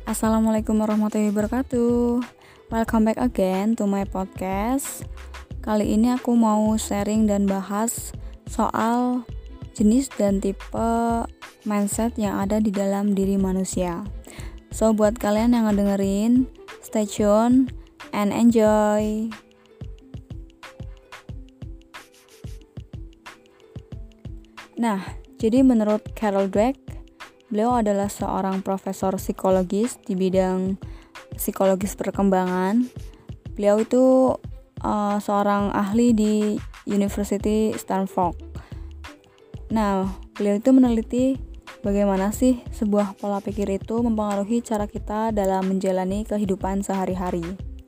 Assalamualaikum warahmatullahi wabarakatuh. Welcome back again to my podcast. Kali ini aku mau sharing dan bahas soal jenis dan tipe mindset yang ada di dalam diri manusia. So buat kalian yang ngedengerin, stay tune and enjoy. Nah, jadi menurut Carol Dweck, beliau adalah seorang profesor psikologis di bidang psikologis perkembangan. Beliau itu seorang ahli di University Stanford. Nah, beliau itu meneliti bagaimana sih sebuah pola pikir itu mempengaruhi cara kita dalam menjalani kehidupan sehari-hari.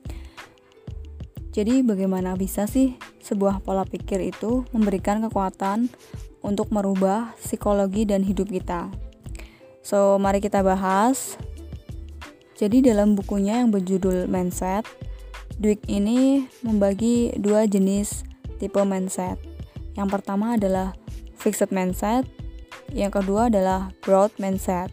Jadi bagaimana bisa sih sebuah pola pikir itu memberikan kekuatan untuk merubah psikologi dan hidup kita. So, mari kita bahas. Jadi dalam bukunya yang berjudul Mindset, Dweck ini membagi dua jenis tipe mindset. Yang pertama adalah fixed mindset, yang kedua adalah growth mindset.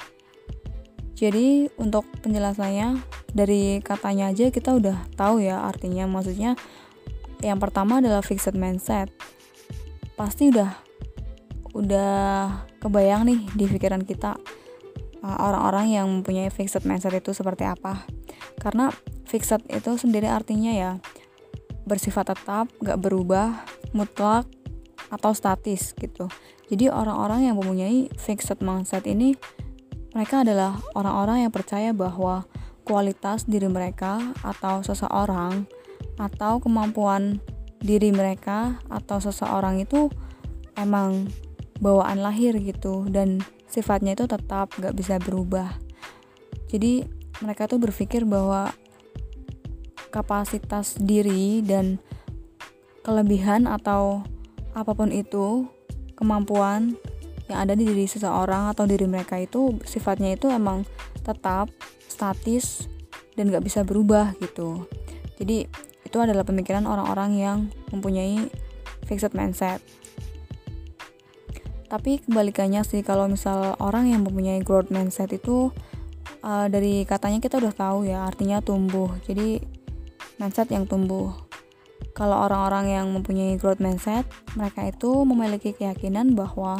Jadi untuk penjelasannya, dari katanya aja kita udah tahu ya artinya. Maksudnya yang pertama adalah fixed mindset. Pasti udah kebayang nih di pikiran kita orang-orang yang mempunyai fixed mindset itu seperti apa. Karena fixed itu sendiri artinya ya bersifat tetap, gak berubah, mutlak, atau statis gitu. Jadi orang-orang yang mempunyai fixed mindset ini, mereka adalah orang-orang yang percaya bahwa kualitas diri mereka atau seseorang atau kemampuan diri mereka atau seseorang itu emang bawaan lahir gitu, dan sifatnya itu tetap gak bisa berubah. Jadi mereka tuh berpikir bahwa kapasitas diri dan kelebihan atau apapun itu, kemampuan yang ada di diri seseorang atau diri mereka itu sifatnya itu emang tetap statis dan gak bisa berubah gitu. Jadi itu adalah pemikiran orang-orang yang mempunyai fixed mindset. Tapi kebalikannya sih, kalau misal orang yang mempunyai growth mindset itu dari katanya kita udah tahu ya artinya tumbuh. Jadi mindset yang tumbuh. Kalau orang-orang yang mempunyai growth mindset, mereka itu memiliki keyakinan bahwa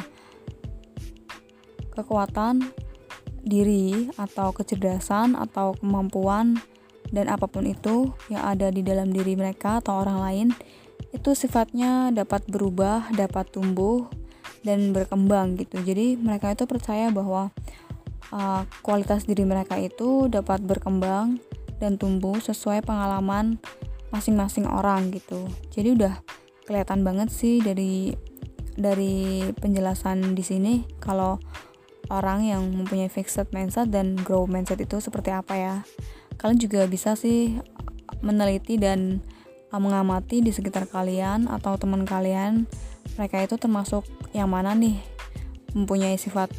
kekuatan diri atau kecerdasan atau kemampuan dan apapun itu yang ada di dalam diri mereka atau orang lain itu sifatnya dapat berubah, dapat tumbuh dan berkembang gitu. Jadi mereka itu percaya bahwa kualitas diri mereka itu dapat berkembang dan tumbuh sesuai pengalaman masing-masing orang gitu. Jadi udah kelihatan banget sih dari penjelasan di sini kalau orang yang mempunyai fixed mindset dan growth mindset itu seperti apa ya. Kalian juga bisa sih meneliti dan mengamati di sekitar kalian atau teman kalian, mereka itu termasuk yang mana nih mempunyai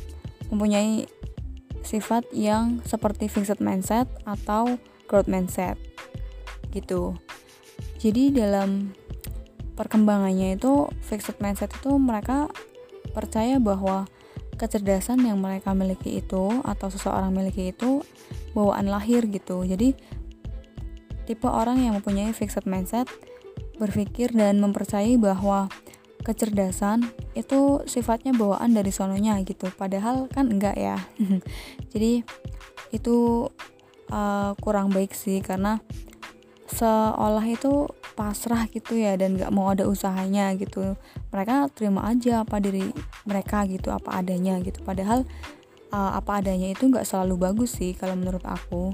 sifat yang seperti fixed mindset atau growth mindset gitu. Jadi dalam perkembangannya itu fixed mindset itu mereka percaya bahwa kecerdasan yang mereka miliki itu atau seseorang miliki itu bawaan lahir gitu. Jadi tipe orang yang mempunyai fixed mindset berpikir dan mempercayai bahwa kecerdasan itu sifatnya bawaan dari sononya gitu. Padahal kan enggak ya. Jadi itu kurang baik sih, karena seolah itu pasrah gitu ya dan gak mau ada usahanya gitu. Mereka terima aja apa diri mereka gitu, apa adanya gitu. Padahal apa adanya itu gak selalu bagus sih kalau menurut aku.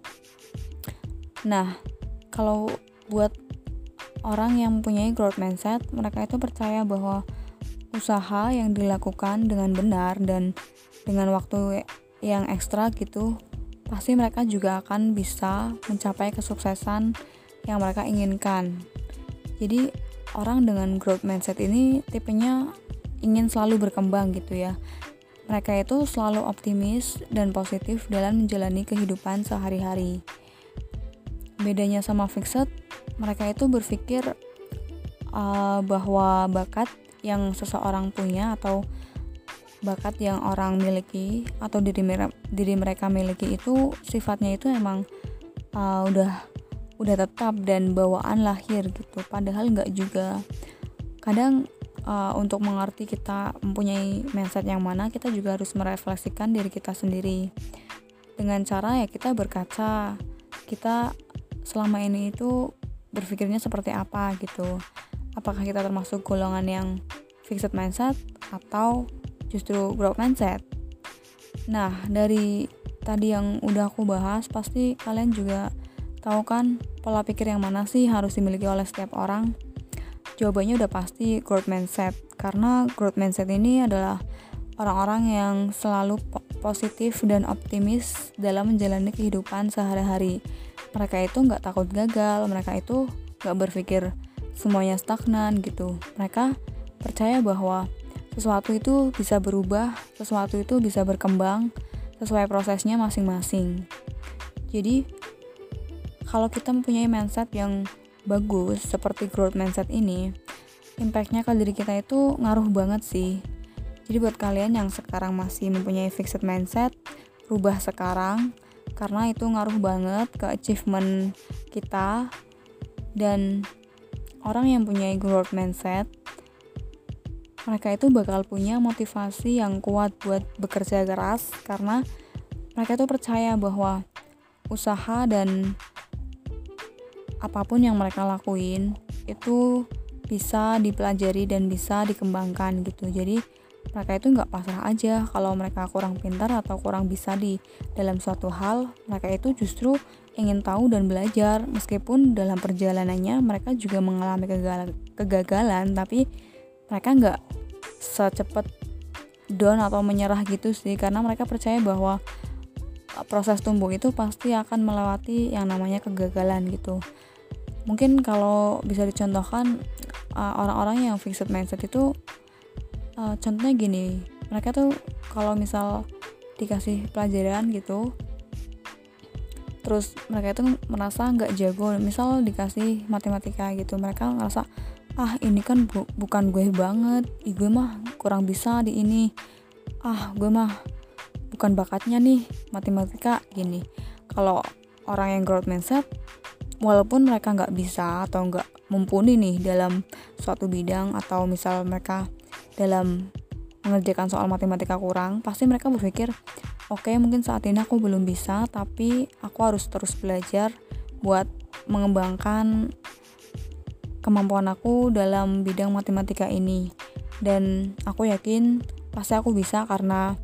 Nah, kalau buat orang yang mempunyai growth mindset, mereka itu percaya bahwa usaha yang dilakukan dengan benar dan dengan waktu yang ekstra gitu, pasti mereka juga akan bisa mencapai kesuksesan yang mereka inginkan. Jadi orang dengan growth mindset ini tipenya ingin selalu berkembang gitu ya. Mereka itu selalu optimis dan positif dalam menjalani kehidupan sehari-hari. Bedanya sama fixed, mereka itu berpikir bahwa bakat yang seseorang punya atau bakat yang orang miliki atau diri mereka miliki itu sifatnya itu emang udah tetap dan bawaan lahir gitu. Padahal enggak juga. Kadang untuk mengerti kita mempunyai mindset yang mana, kita juga harus merefleksikan diri kita sendiri dengan cara ya kita berkaca, kita selama ini itu berpikirnya seperti apa gitu. Apakah kita termasuk golongan yang fixed mindset atau justru growth mindset? Nah, dari tadi yang udah aku bahas, pasti kalian juga tahu kan pola pikir yang mana sih harus dimiliki oleh setiap orang? Jawabannya udah pasti growth mindset, karena growth mindset ini adalah orang-orang yang selalu positif dan optimis dalam menjalani kehidupan sehari-hari. Mereka itu nggak takut gagal, mereka itu nggak berpikir semuanya stagnan gitu. Mereka percaya bahwa sesuatu itu bisa berubah, sesuatu itu bisa berkembang sesuai prosesnya masing-masing. Jadi kalau kita mempunyai mindset yang bagus seperti growth mindset ini, impactnya ke diri kita itu ngaruh banget sih. Jadi buat kalian yang sekarang masih mempunyai fixed mindset, rubah sekarang, karena itu ngaruh banget ke achievement kita. Dan orang yang punya growth mindset, mereka itu bakal punya motivasi yang kuat buat bekerja keras, karena mereka itu percaya bahwa usaha dan apapun yang mereka lakuin itu bisa dipelajari dan bisa dikembangkan gitu. Jadi mereka itu nggak pasrah aja kalau mereka kurang pintar atau kurang bisa di dalam suatu hal. Mereka itu justru ingin tahu dan belajar, meskipun dalam perjalanannya mereka juga mengalami kegagalan, tapi mereka nggak secepat down atau menyerah gitu sih, karena mereka percaya bahwa proses tumbuh itu pasti akan melewati yang namanya kegagalan gitu. Mungkin kalau bisa dicontohkan orang-orang yang fixed mindset itu contohnya gini, mereka tuh kalau misal dikasih pelajaran gitu, terus mereka itu merasa nggak jago, misal dikasih matematika gitu, mereka ngerasa ini kan bukan gue banget, gue mah kurang bisa di ini, gue mah bukan bakatnya nih matematika gini. Kalau orang yang growth mindset, walaupun mereka nggak bisa atau nggak mumpuni nih dalam suatu bidang, atau misal mereka dalam mengerjakan soal matematika kurang, pasti mereka berpikir, oke, mungkin saat ini aku belum bisa, tapi aku harus terus belajar buat mengembangkan kemampuan aku dalam bidang matematika ini. Dan aku yakin pasti aku bisa, karena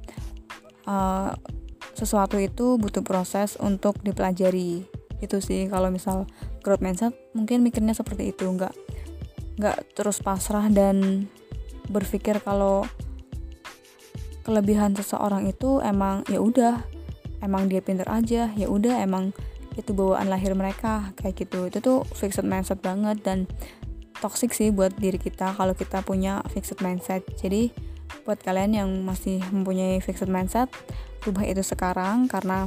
sesuatu itu butuh proses untuk dipelajari. Itu sih kalau misal growth mindset, mungkin mikirnya seperti itu, nggak terus pasrah dan berpikir kalau kelebihan seseorang itu emang ya udah, emang dia pintar aja, ya udah emang itu bawaan lahir mereka kayak gitu. Itu tuh fixed mindset banget dan toxic sih buat diri kita kalau kita punya fixed mindset. Jadi buat kalian yang masih mempunyai fixed mindset, rubah itu sekarang, karena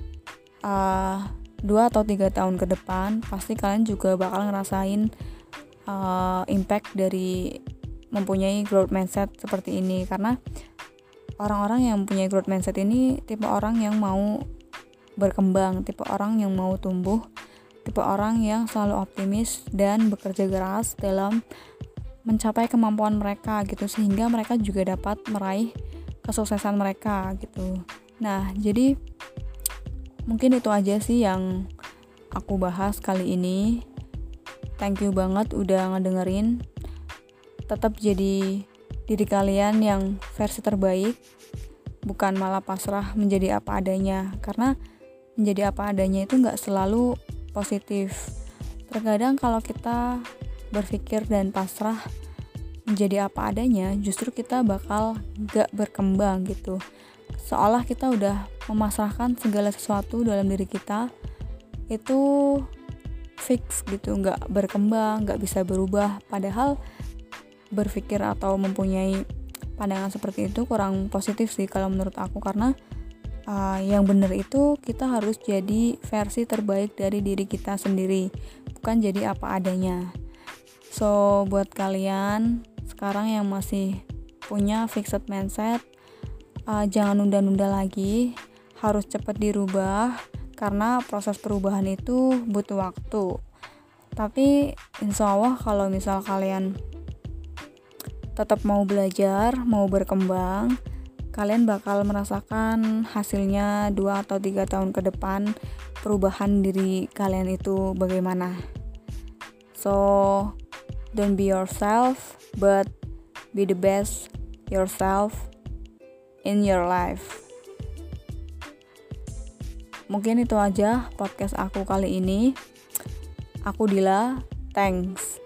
2 atau 3 tahun ke depan pasti kalian juga bakal ngerasain impact dari mempunyai growth mindset seperti ini. Karena orang-orang yang mempunyai growth mindset ini tipe orang yang mau berkembang, tipe orang yang mau tumbuh, tipe orang yang selalu optimis dan bekerja keras dalam mencapai kemampuan mereka gitu, sehingga mereka juga dapat meraih kesuksesan mereka gitu. Nah, jadi mungkin itu aja sih yang aku bahas kali ini. Thank you banget udah ngedengerin. Tetap jadi diri kalian yang versi terbaik, bukan malah pasrah menjadi apa adanya. Karena menjadi apa adanya itu gak selalu positif. Terkadang kalau kita berpikir dan pasrah menjadi apa adanya, justru kita bakal gak berkembang gitu. Seolah kita udah memasrahkan segala sesuatu dalam diri kita itu fix gitu, gak berkembang, gak bisa berubah. Padahal berpikir atau mempunyai pandangan seperti itu kurang positif sih kalau menurut aku. Karena yang benar itu kita harus jadi versi terbaik dari diri kita sendiri, bukan jadi apa adanya. So buat kalian sekarang yang masih punya fixed mindset, jangan nunda-nunda lagi, harus cepat dirubah karena proses perubahan itu butuh waktu. Tapi insya Allah kalau misal kalian tetap mau belajar, mau berkembang, kalian bakal merasakan hasilnya 2 atau 3 tahun ke depan, perubahan diri kalian itu bagaimana. So, don't be yourself, but be the best yourself in your life. Mungkin itu aja podcast aku kali ini. Aku Dila, thanks.